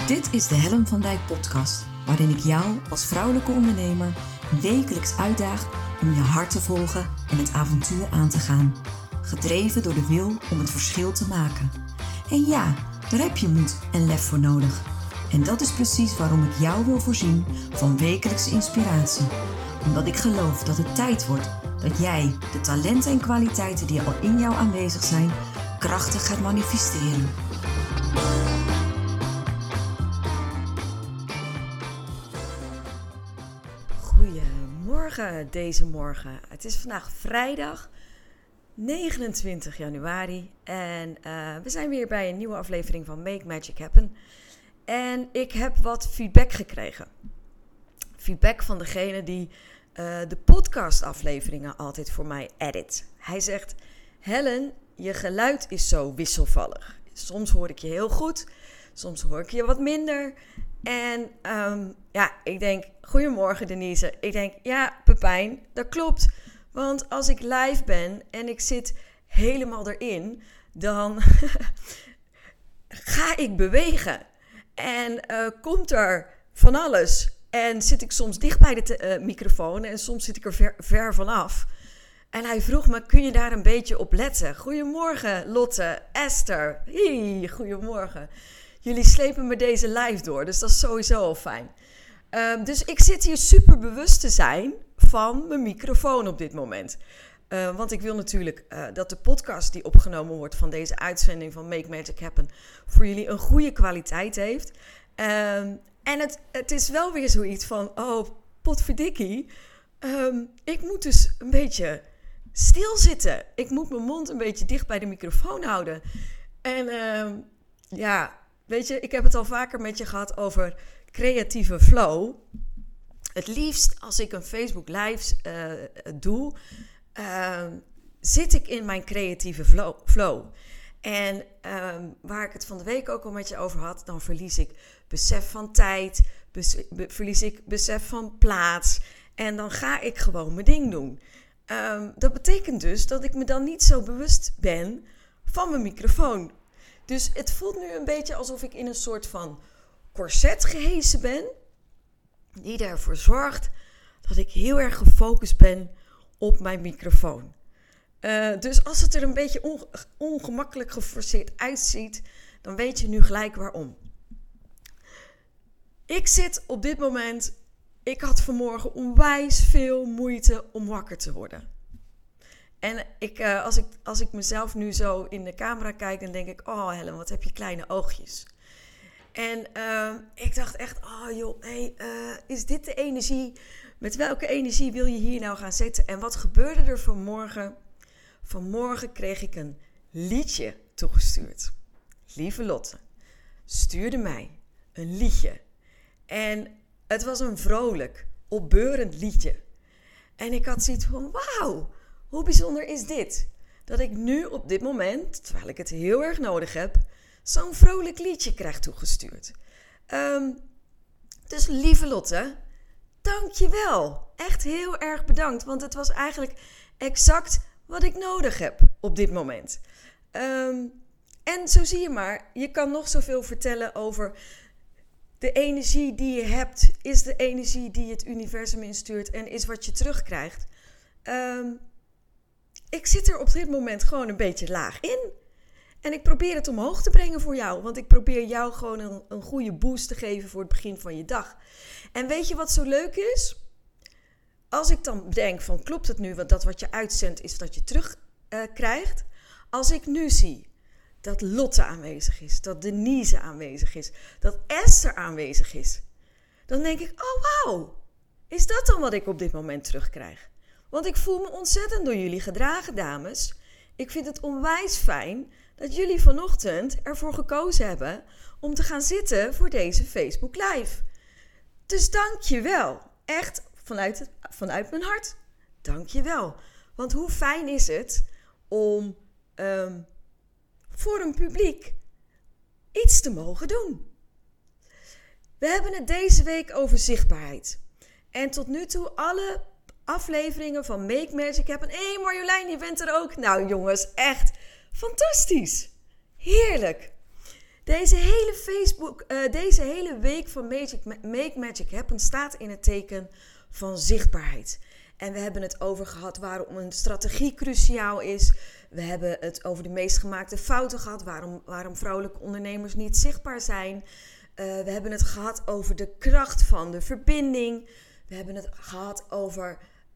Dit is de Helen van Dijk podcast, waarin ik jou als vrouwelijke ondernemer wekelijks uitdaag om je hart te volgen en het avontuur aan te gaan. Gedreven door de wil om het verschil te maken. En ja, daar heb je moed en lef voor nodig. En dat is precies waarom ik jou wil voorzien van wekelijkse inspiratie. Omdat ik geloof dat het tijd wordt dat jij de talenten en kwaliteiten die al in jou aanwezig zijn, krachtig gaat manifesteren. Goedemorgen deze morgen. Het is vandaag vrijdag 29 januari en we zijn weer bij een nieuwe aflevering van Make Magic Happen. En ik heb wat feedback gekregen. Feedback van degene die de podcastafleveringen altijd voor mij edit. Hij zegt: Helen, je geluid is zo wisselvallig. Soms hoor ik je heel goed, soms hoor ik je wat minder. En ik denk, goedemorgen Denise. Ik denk, ja Pepijn, dat klopt. Want als ik live ben en ik zit helemaal erin, dan ga ik bewegen. En komt er van alles. En zit ik soms dicht bij de microfoon en soms zit ik er ver vanaf. En hij vroeg me, kun je daar een beetje op letten? Goedemorgen Lotte, Esther. Hey, goedemorgen. Jullie slepen me deze live door, dus dat is sowieso al fijn. Dus ik zit hier super bewust te zijn van mijn microfoon op dit moment. Want ik wil natuurlijk dat de podcast die opgenomen wordt van deze uitzending van Make Magic Happen voor jullie een goede kwaliteit heeft. En het is wel weer zoiets van, oh potverdikkie, ik moet dus een beetje stilzitten. Ik moet mijn mond een beetje dicht bij de microfoon houden. En weet je, ik heb het al vaker met je gehad over creatieve flow. Het liefst als ik een Facebook Live doe, zit ik in mijn creatieve flow. En waar ik het van de week ook al met je over had, dan verlies ik besef van tijd, verlies ik besef van plaats en dan ga ik gewoon mijn ding doen. Dat betekent dus dat ik me dan niet zo bewust ben van mijn microfoon. Dus het voelt nu een beetje alsof ik in een soort van corset gehesen ben, die ervoor zorgt dat ik heel erg gefocust ben op mijn microfoon. Dus als het er een beetje ongemakkelijk geforceerd uitziet, dan weet je nu gelijk waarom. Ik zit op dit moment, ik had vanmorgen onwijs veel moeite om wakker te worden. En als ik mezelf nu zo in de camera kijk, dan denk ik, oh Helen, wat heb je kleine oogjes. En ik dacht echt, oh joh, is dit de energie? Met welke energie wil je hier nou gaan zitten? En wat gebeurde er vanmorgen? Vanmorgen kreeg ik een liedje toegestuurd. Lieve Lotte stuurde mij een liedje. En het was een vrolijk, opbeurend liedje. En ik had zoiets van, wauw, hoe bijzonder is dit? Dat ik nu op dit moment, terwijl ik het heel erg nodig heb, zo'n vrolijk liedje krijg toegestuurd. Dus lieve Lotte, dank je wel. Echt heel erg bedankt, want het was eigenlijk exact wat ik nodig heb op dit moment. En zo zie je maar, je kan nog zoveel vertellen over de energie die je hebt, is de energie die het universum instuurt en is wat je terugkrijgt. Ik zit er op dit moment gewoon een beetje laag in. En ik probeer het omhoog te brengen voor jou. Want ik probeer jou gewoon een goede boost te geven voor het begin van je dag. En weet je wat zo leuk is? Als ik dan denk van, klopt het nu? Want dat wat je uitzendt is dat je terug krijgt. Als ik nu zie dat Lotte aanwezig is, dat Denise aanwezig is, dat Esther aanwezig is, dan denk ik, oh wauw, is dat dan wat ik op dit moment terugkrijg? Want ik voel me ontzettend door jullie gedragen, dames. Ik vind het onwijs fijn dat jullie vanochtend ervoor gekozen hebben om te gaan zitten voor deze Facebook Live. Dus dank je wel. Echt vanuit mijn hart. Dank je wel. Want hoe fijn is het om voor een publiek iets te mogen doen. We hebben het deze week over zichtbaarheid. En tot nu toe alle afleveringen van Make Magic Happen. Hé Marjolein, je bent er ook. Nou jongens, echt fantastisch. Heerlijk. Deze hele week van Make Magic Happen staat in het teken van zichtbaarheid. En we hebben het over gehad waarom een strategie cruciaal is. We hebben het over de meest gemaakte fouten gehad. Waarom vrouwelijke ondernemers niet zichtbaar zijn. We hebben het gehad over de kracht van de verbinding. We hebben het gehad over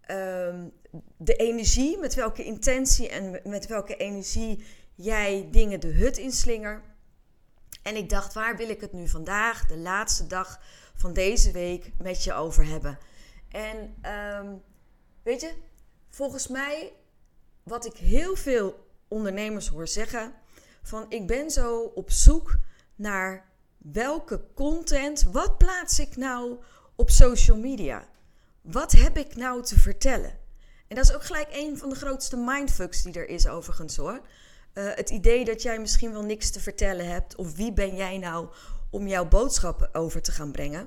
de energie. Met welke intentie en met welke energie jij dingen de hut inslingert. En ik dacht, waar wil ik het nu vandaag, de laatste dag van deze week, met je over hebben? En weet je, volgens mij, wat ik heel veel ondernemers hoor zeggen, van ik ben zo op zoek naar welke content, wat plaats ik nou op social media? Wat heb ik nou te vertellen? En dat is ook gelijk een van de grootste mindfucks die er is overigens hoor. Het idee dat jij misschien wel niks te vertellen hebt. Of wie ben jij nou om jouw boodschappen over te gaan brengen.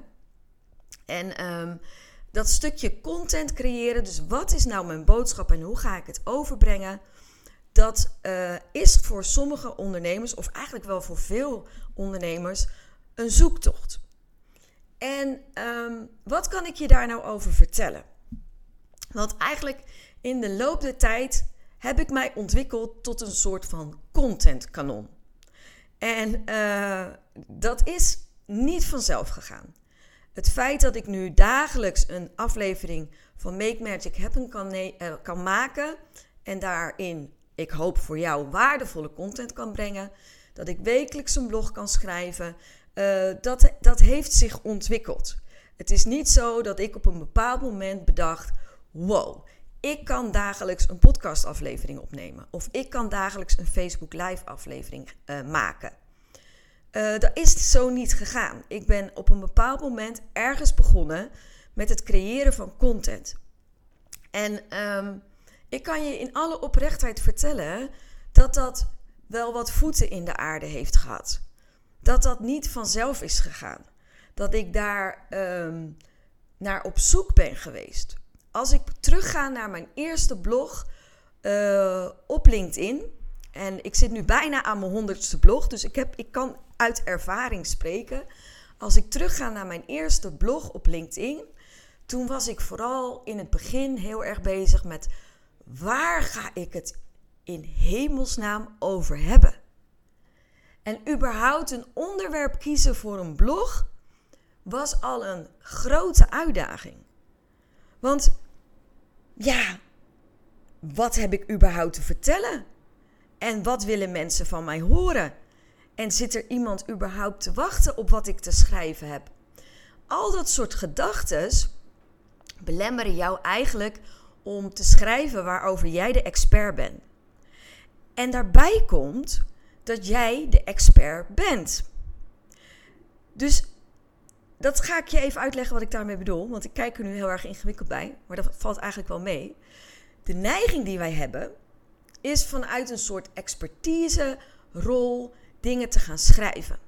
En dat stukje content creëren. Dus wat is nou mijn boodschap en hoe ga ik het overbrengen? Dat is voor sommige ondernemers, of eigenlijk wel voor veel ondernemers, een zoektocht. En wat kan ik je daar nou over vertellen? Want eigenlijk in de loop der tijd heb ik mij ontwikkeld tot een soort van contentkanon. En dat is niet vanzelf gegaan. Het feit dat ik nu dagelijks een aflevering van Make Magic Happen kan maken en daarin, ik hoop voor jou, waardevolle content kan brengen, dat ik wekelijks een blog kan schrijven, dat heeft zich ontwikkeld. Het is niet zo dat ik op een bepaald moment bedacht, wow, ik kan dagelijks een podcastaflevering opnemen. Of ik kan dagelijks een Facebook live aflevering maken. Dat is zo niet gegaan. Ik ben op een bepaald moment ergens begonnen met het creëren van content. En ik kan je in alle oprechtheid vertellen dat dat wel wat voeten in de aarde heeft gehad. Dat niet vanzelf is gegaan. Dat ik daar naar op zoek ben geweest. Als ik terugga naar mijn eerste blog op LinkedIn. En ik zit nu bijna aan mijn 100ste blog. Dus ik kan uit ervaring spreken. Als ik terugga naar mijn eerste blog op LinkedIn. Toen was ik vooral in het begin heel erg bezig met, waar ga ik het in hemelsnaam over hebben? En überhaupt een onderwerp kiezen voor een blog was al een grote uitdaging. Want ja, wat heb ik überhaupt te vertellen? En wat willen mensen van mij horen? En zit er iemand überhaupt te wachten op wat ik te schrijven heb? Al dat soort gedachtes belemmeren jou eigenlijk om te schrijven waarover jij de expert bent. En daarbij komt dat jij de expert bent. Dus dat ga ik je even uitleggen wat ik daarmee bedoel. Want ik kijk er nu heel erg ingewikkeld bij. Maar dat valt eigenlijk wel mee. De neiging die wij hebben is vanuit een soort expertise rol dingen te gaan schrijven.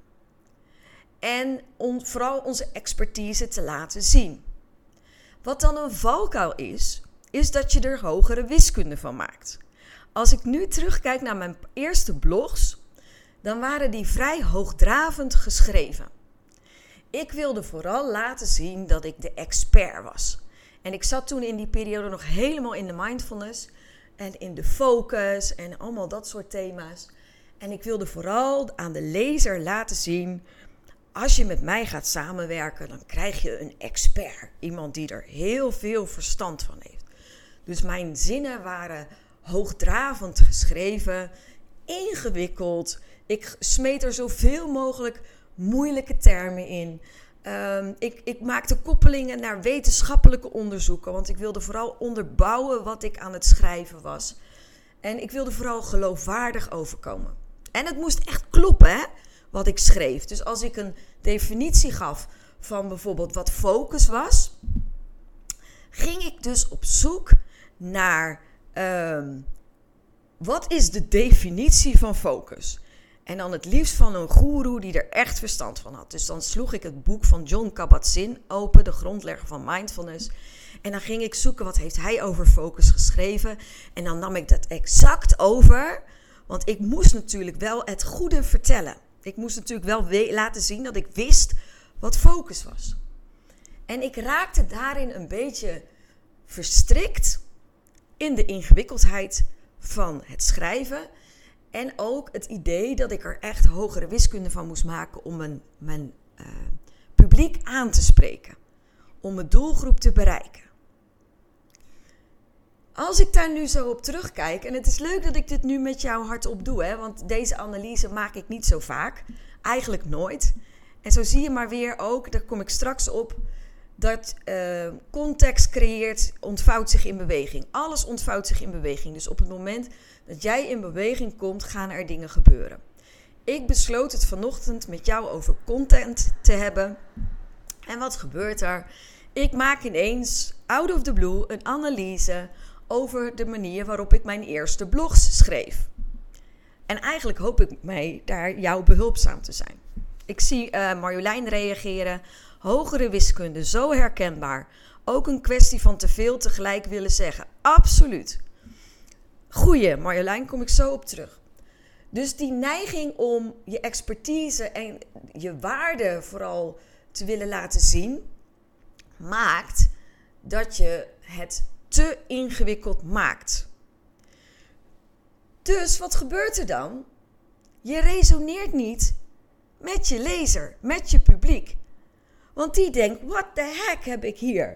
En vooral onze expertise te laten zien. Wat dan een valkuil is dat je er hogere wiskunde van maakt. Als ik nu terugkijk naar mijn eerste blogs, dan waren die vrij hoogdravend geschreven. Ik wilde vooral laten zien dat ik de expert was. En ik zat toen in die periode nog helemaal in de mindfulness en in de focus en allemaal dat soort thema's. En ik wilde vooral aan de lezer laten zien, als je met mij gaat samenwerken, dan krijg je een expert. Iemand die er heel veel verstand van heeft. Dus mijn zinnen waren hoogdravend geschreven, ingewikkeld. Ik smeet er zoveel mogelijk moeilijke termen in. Ik maakte koppelingen naar wetenschappelijke onderzoeken, want ik wilde vooral onderbouwen wat ik aan het schrijven was. En ik wilde vooral geloofwaardig overkomen. En het moest echt kloppen, hè, wat ik schreef. Dus als ik een definitie gaf van bijvoorbeeld wat focus was, ging ik dus op zoek naar wat is de definitie van focus? En dan het liefst van een goeroe die er echt verstand van had. Dus dan sloeg ik het boek van Jon Kabat-Zinn open, de grondlegger van mindfulness. En dan ging ik zoeken, wat heeft hij over focus geschreven? En dan nam ik dat exact over, want ik moest natuurlijk wel het goede vertellen. Ik moest natuurlijk wel laten zien dat ik wist wat focus was. En ik raakte daarin een beetje verstrikt in de ingewikkeldheid van het schrijven. En ook het idee dat ik er echt hogere wiskunde van moest maken om mijn publiek aan te spreken. Om mijn doelgroep te bereiken. Als ik daar nu zo op terugkijk, en het is leuk dat ik dit nu met jou hardop doe, hè, want deze analyse maak ik niet zo vaak, eigenlijk nooit. En zo zie je maar weer ook, daar kom ik straks op, dat context creëert, ontvouwt zich in beweging. Alles ontvouwt zich in beweging. Dus op het moment dat jij in beweging komt, gaan er dingen gebeuren. Ik besloot het vanochtend met jou over content te hebben. En wat gebeurt er? Ik maak ineens, out of the blue, een analyse over de manier waarop ik mijn eerste blogs schreef. En eigenlijk hoop ik mij daar jou behulpzaam te zijn. Ik zie Marjolein reageren. Hogere wiskunde, zo herkenbaar. Ook een kwestie van te veel tegelijk willen zeggen. Absoluut. Goeie, Marjolein, kom ik zo op terug. Dus die neiging om je expertise en je waarde vooral te willen laten zien, maakt dat je het te ingewikkeld maakt. Dus wat gebeurt er dan? Je resoneert niet met je lezer, met je publiek. Want die denkt, what the heck heb ik hier?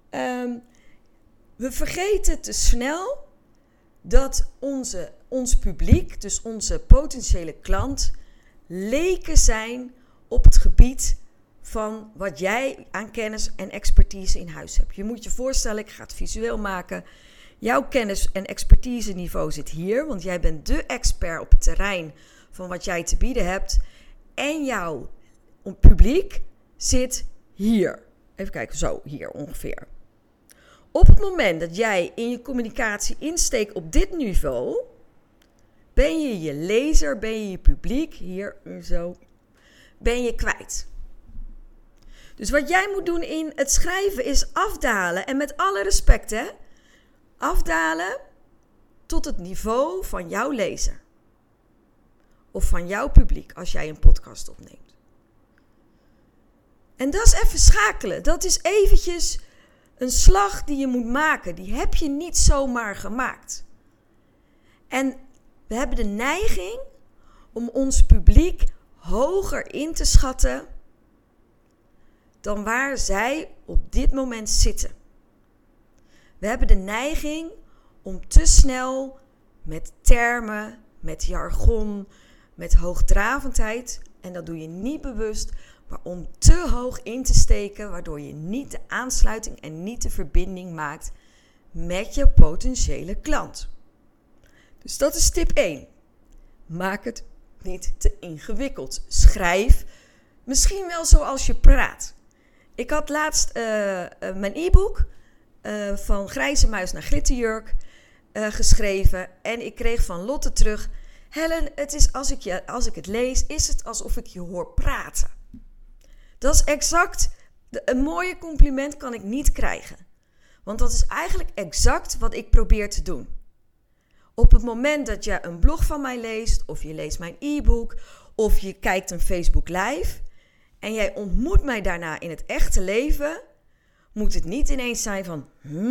We vergeten te snel dat ons publiek, dus onze potentiële klant, leken zijn op het gebied van wat jij aan kennis en expertise in huis hebt. Je moet je voorstellen, ik ga het visueel maken. Jouw kennis- en expertise niveau zit hier, want jij bent de expert op het terrein van wat jij te bieden hebt. En jouw publiek zit hier. Even kijken, zo hier ongeveer. Op het moment dat jij in je communicatie insteekt op dit niveau, ben je je lezer, ben je je publiek, hier zo, ben je kwijt. Dus wat jij moet doen in het schrijven is afdalen. En met alle respect, hè. Afdalen tot het niveau van jouw lezer. Of van jouw publiek als jij een podcast opneemt. En dat is even schakelen. Dat is eventjes een slag die je moet maken. Die heb je niet zomaar gemaakt. En we hebben de neiging om ons publiek hoger in te schatten dan waar zij op dit moment zitten. We hebben de neiging om te snel met termen, met jargon, met hoogdravendheid, en dat doe je niet bewust, maar om te hoog in te steken, waardoor je niet de aansluiting en niet de verbinding maakt met je potentiële klant. Dus dat is tip 1. Maak het niet te ingewikkeld. Schrijf misschien wel zoals je praat. Ik had laatst mijn e-book van Grijze Muis naar Glitterjurk geschreven. En ik kreeg van Lotte terug: Helen, het is als ik het lees, is het alsof ik je hoor praten. Dat is exact, een mooie compliment kan ik niet krijgen. Want dat is eigenlijk exact wat ik probeer te doen. Op het moment dat je een blog van mij leest, of je leest mijn e-book, of je kijkt een Facebook live en jij ontmoet mij daarna in het echte leven, moet het niet ineens zijn van,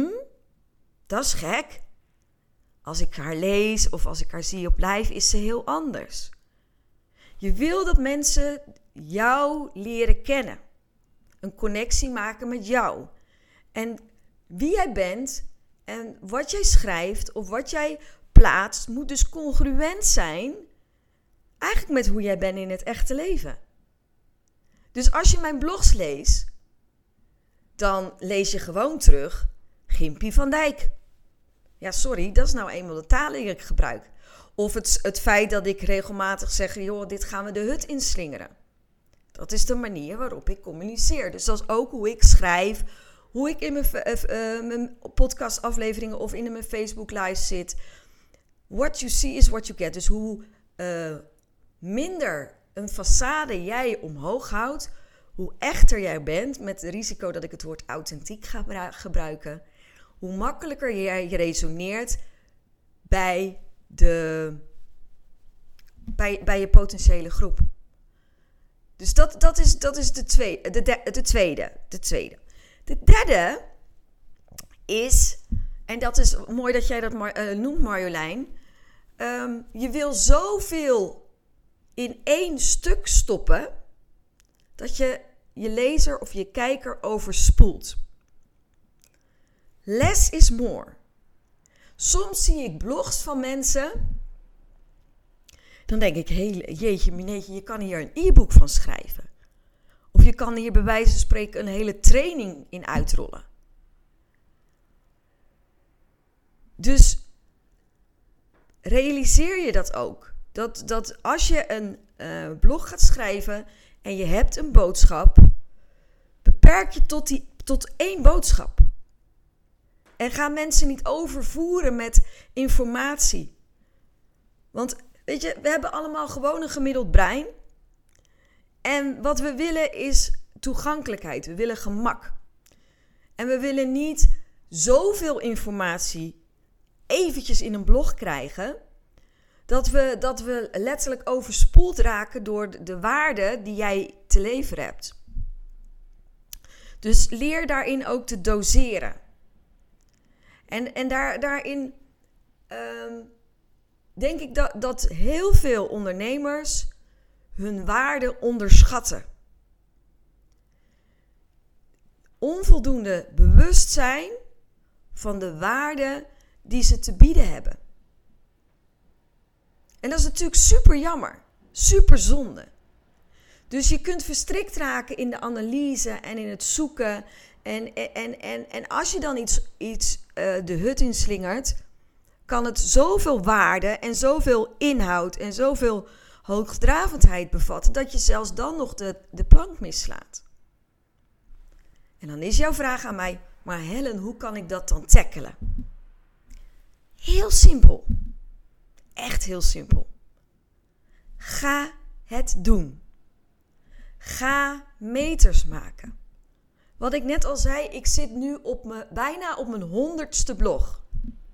dat is gek. Als ik haar lees of als ik haar zie op live, is ze heel anders. Je wil dat mensen jou leren kennen. Een connectie maken met jou. En wie jij bent en wat jij schrijft of wat jij plaatst, moet dus congruent zijn eigenlijk met hoe jij bent in het echte leven. Dus als je mijn blogs leest, dan lees je gewoon terug Gimpie van Dijk. Ja, sorry, dat is nou eenmaal de taal die ik gebruik. Of het feit dat ik regelmatig zeg, joh, dit gaan we de hut inslingeren. Dat is de manier waarop ik communiceer. Dus dat is ook hoe ik schrijf, hoe ik in mijn podcastafleveringen of in mijn Facebook live zit. What you see is what you get. Dus hoe minder een façade jij omhoog houdt, hoe echter jij bent, met het risico dat ik het woord authentiek ga gebruiken, hoe makkelijker jij resoneert bij je potentiële groep. Dus dat is de tweede. De derde is, en dat is mooi dat jij dat noemt, Marjolein. Je wil zoveel in één stuk stoppen dat je lezer of je kijker overspoelt. Less is more. Soms zie ik blogs van mensen. Dan denk ik, jeetje, mineetje, je kan hier een e-book van schrijven. Of je kan hier bij wijze van spreken een hele training in uitrollen. Dus realiseer je dat ook. Dat als je een blog gaat schrijven en je hebt een boodschap, beperk je tot één boodschap. En ga mensen niet overvoeren met informatie. Want weet je, we hebben allemaal gewoon een gemiddeld brein. En wat we willen is toegankelijkheid. We willen gemak. En we willen niet zoveel informatie eventjes in een blog krijgen, dat we letterlijk overspoeld raken door de waarde die jij te leveren hebt. Dus leer daarin ook te doseren. En daarin denk ik dat heel veel ondernemers hun waarde onderschatten. Onvoldoende bewustzijn van de waarde die ze te bieden hebben. En dat is natuurlijk super jammer, super zonde. Dus je kunt verstrikt raken in de analyse en in het zoeken. En als je dan iets de hut inslingert, kan het zoveel waarde en zoveel inhoud en zoveel hoogdravendheid bevatten, dat je zelfs dan nog de plank mislaat. En dan is jouw vraag aan mij, maar Helen, hoe kan ik dat dan tackelen? Heel simpel. Echt heel simpel. Ga het doen. Ga meters maken. Wat ik net al zei, ik zit nu bijna op mijn 100ste blog.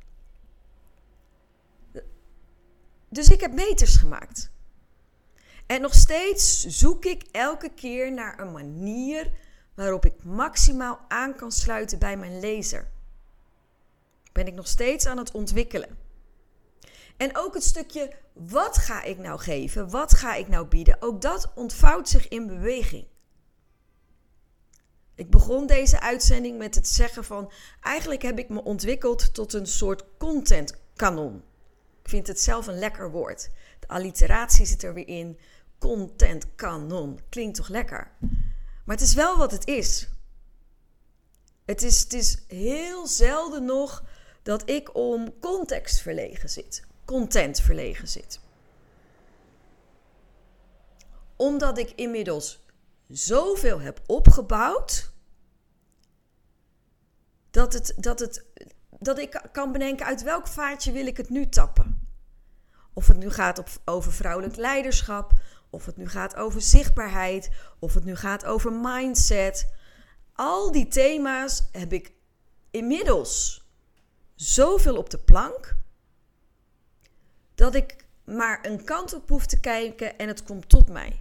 Dus ik heb meters gemaakt. En nog steeds zoek ik elke keer naar een manier waarop ik maximaal aan kan sluiten bij mijn lezer. Ben ik nog steeds aan het ontwikkelen. En ook het stukje, wat ga ik nou geven? Wat ga ik nou bieden? Ook dat ontvouwt zich in beweging. Ik begon deze uitzending met het zeggen van, eigenlijk heb ik me ontwikkeld tot een soort contentkanon. Ik vind het zelf een lekker woord. De alliteratie zit er weer in. Contentkanon. Klinkt toch lekker? Maar het is wel wat het is. Het is heel zelden nog dat ik om content verlegen zit. Omdat ik inmiddels zoveel heb opgebouwd, dat ik kan bedenken uit welk vaatje wil ik het nu tappen. Of het nu gaat over vrouwelijk leiderschap, of het nu gaat over zichtbaarheid, of het nu gaat over mindset. Al die thema's heb ik inmiddels zoveel op de plank, dat ik maar een kant op hoef te kijken en het komt tot mij.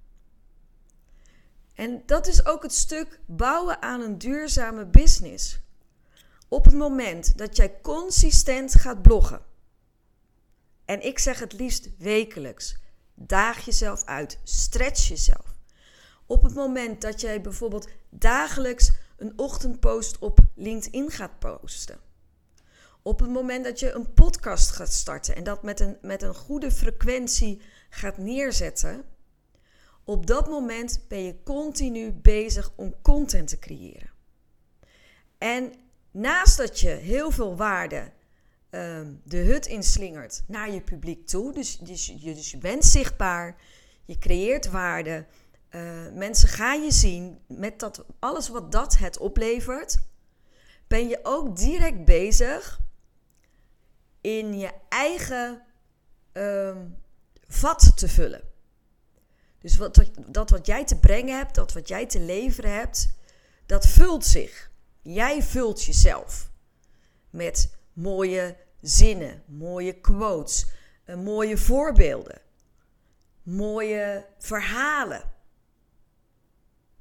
En dat is ook het stuk bouwen aan een duurzame business. Op het moment dat jij consistent gaat bloggen, en ik zeg het liefst wekelijks, daag jezelf uit, stretch jezelf. Op het moment dat jij bijvoorbeeld dagelijks een ochtendpost op LinkedIn gaat posten. Op het moment dat je een podcast gaat starten en dat met een goede frequentie gaat neerzetten. Op dat moment ben je continu bezig om content te creëren. En naast dat je heel veel waarde de hut inslingert naar je publiek toe. Dus je bent zichtbaar, je creëert waarde. Mensen gaan je zien met alles wat dat het oplevert. Ben je ook direct bezig in je eigen vat te vullen. Dus wat jij te brengen hebt, dat wat jij te leveren hebt, dat vult zich. Jij vult jezelf met mooie zinnen, mooie quotes, mooie voorbeelden, mooie verhalen.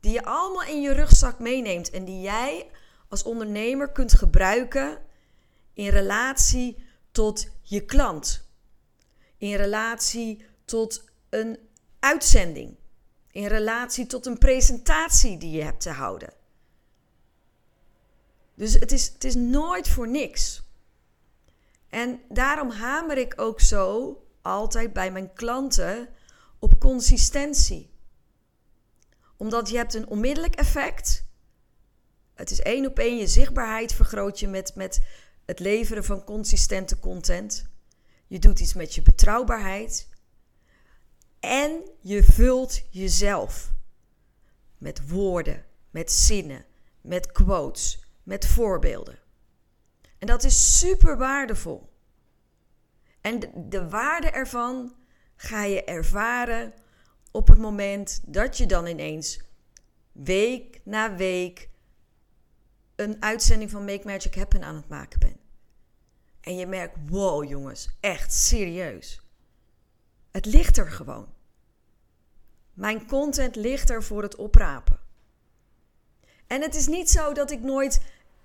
die je allemaal in je rugzak meeneemt en die jij als ondernemer kunt gebruiken in relatie tot je klant. In relatie tot een uitzending. In relatie tot een presentatie die je hebt te houden. Dus het is nooit voor niks. En daarom hamer ik ook zo altijd bij mijn klanten op consistentie. Omdat je hebt een onmiddellijk effect. Het is 1 op 1 je zichtbaarheid vergroot je met het leveren van consistente content. Je doet iets met je betrouwbaarheid. En je vult jezelf. Met woorden, met zinnen, met quotes, met voorbeelden. En dat is super waardevol. En de waarde ervan ga je ervaren op het moment dat je dan ineens week na week een uitzending van Make Magic Happen aan het maken bent. En je merkt, wow jongens, echt serieus. Het ligt er gewoon. Mijn content ligt er voor het oprapen. En het is niet zo dat ik nooit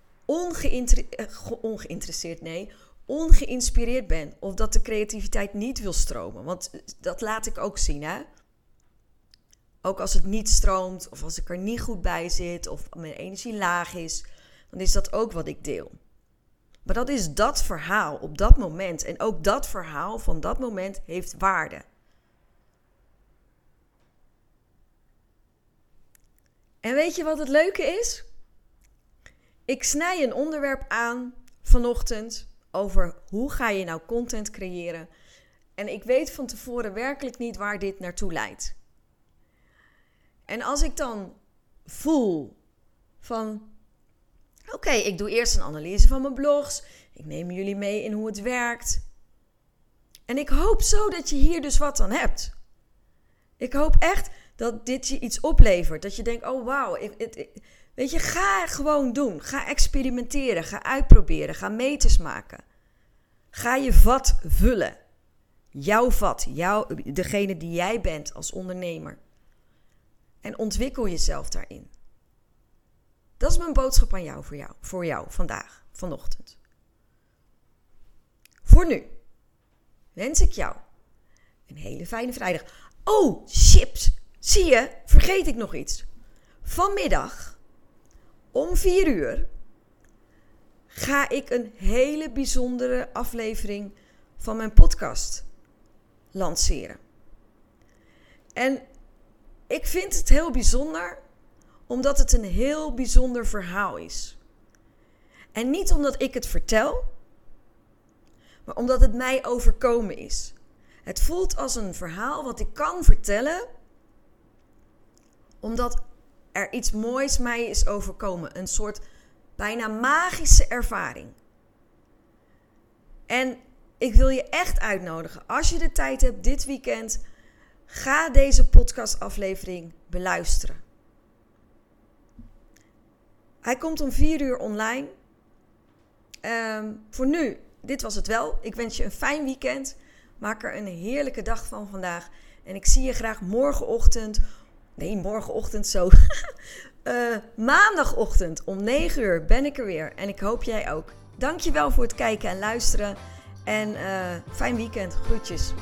ongeïnspireerd ben. Of dat de creativiteit niet wil stromen. Want dat laat ik ook zien, hè. Ook als het niet stroomt, of als ik er niet goed bij zit, of mijn energie laag is, dan is dat ook wat ik deel. Maar dat is dat verhaal op dat moment. En ook dat verhaal van dat moment heeft waarde. En weet je wat het leuke is? Ik snij een onderwerp aan vanochtend over hoe ga je nou content creëren. En ik weet van tevoren werkelijk niet waar dit naartoe leidt. En als ik dan voel van, oké, ik doe eerst een analyse van mijn blogs. Ik neem jullie mee in hoe het werkt. En ik hoop zo dat je hier dus wat aan hebt. Ik hoop echt dat dit je iets oplevert. Dat je denkt, oh wauw. Weet je, ga gewoon doen. Ga experimenteren. Ga uitproberen. Ga meters maken. Ga je vat vullen. Jouw vat. Degene die jij bent als ondernemer. En ontwikkel jezelf daarin. Dat is mijn boodschap aan jou, voor jou vandaag, vanochtend. Voor nu wens ik jou een hele fijne vrijdag. Oh, chips! Zie je, vergeet ik nog iets. Vanmiddag om 4 uur ga ik een hele bijzondere aflevering van mijn podcast lanceren. En ik vind het heel bijzonder, omdat het een heel bijzonder verhaal is. En niet omdat ik het vertel, maar omdat het mij overkomen is. Het voelt als een verhaal wat ik kan vertellen, omdat er iets moois mij is overkomen. Een soort bijna magische ervaring. En ik wil je echt uitnodigen, als je de tijd hebt dit weekend, ga deze podcastaflevering beluisteren. Hij komt om 4 uur online. Voor nu, dit was het wel. Ik wens je een fijn weekend. Maak er een heerlijke dag van vandaag. En ik zie je graag maandagochtend om 9 uur ben ik er weer. En ik hoop jij ook. Dankjewel voor het kijken en luisteren. En fijn weekend. Groetjes.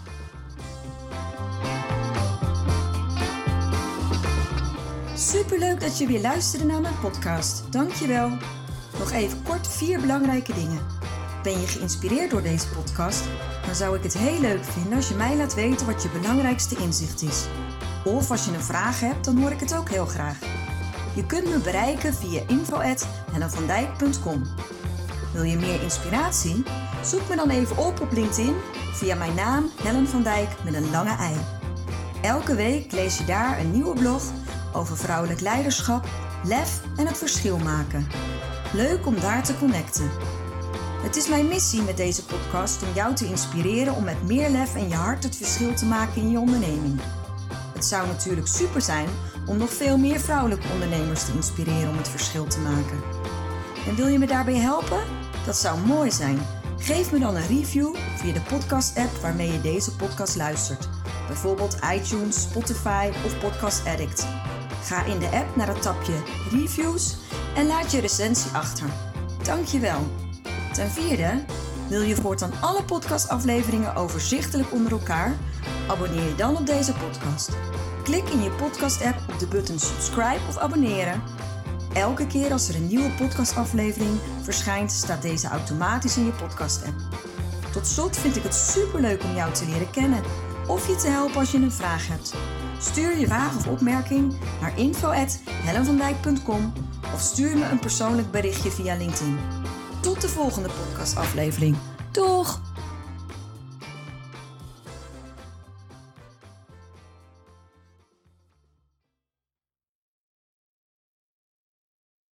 Superleuk dat je weer luisterde naar mijn podcast. Dankjewel. Nog even kort 4 belangrijke dingen. Ben je geïnspireerd door deze podcast? Dan zou ik het heel leuk vinden als je mij laat weten wat je belangrijkste inzicht is. Of als je een vraag hebt, dan hoor ik het ook heel graag. Je kunt me bereiken via info@hellenvandijk.com. Wil je meer inspiratie? Zoek me dan even op LinkedIn via mijn naam Hellen van Dijk met een lange ei. Elke week lees je daar een nieuwe blog over vrouwelijk leiderschap, lef en het verschil maken. Leuk om daar te connecten. Het is mijn missie met deze podcast om jou te inspireren om met meer lef en je hart het verschil te maken in je onderneming. Het zou natuurlijk super zijn om nog veel meer vrouwelijke ondernemers te inspireren om het verschil te maken. En wil je me daarbij helpen? Dat zou mooi zijn. Geef me dan een review via de podcast-app waarmee je deze podcast luistert. Bijvoorbeeld iTunes, Spotify of Podcast Addict. Ga in de app naar het tapje Reviews en laat je recensie achter. Dankjewel. Ten vierde, wil je voortaan alle podcastafleveringen overzichtelijk onder elkaar? Abonneer je dan op deze podcast. Klik in je podcast-app op de button subscribe of abonneren. Elke keer als er een nieuwe podcastaflevering verschijnt, staat deze automatisch in je podcast-app. Tot slot vind ik het superleuk om jou te leren kennen of je te helpen als je een vraag hebt. Stuur je vraag of opmerking naar info@hellenvandijk.com of stuur me een persoonlijk berichtje via LinkedIn. Tot de volgende podcastaflevering. Doeg!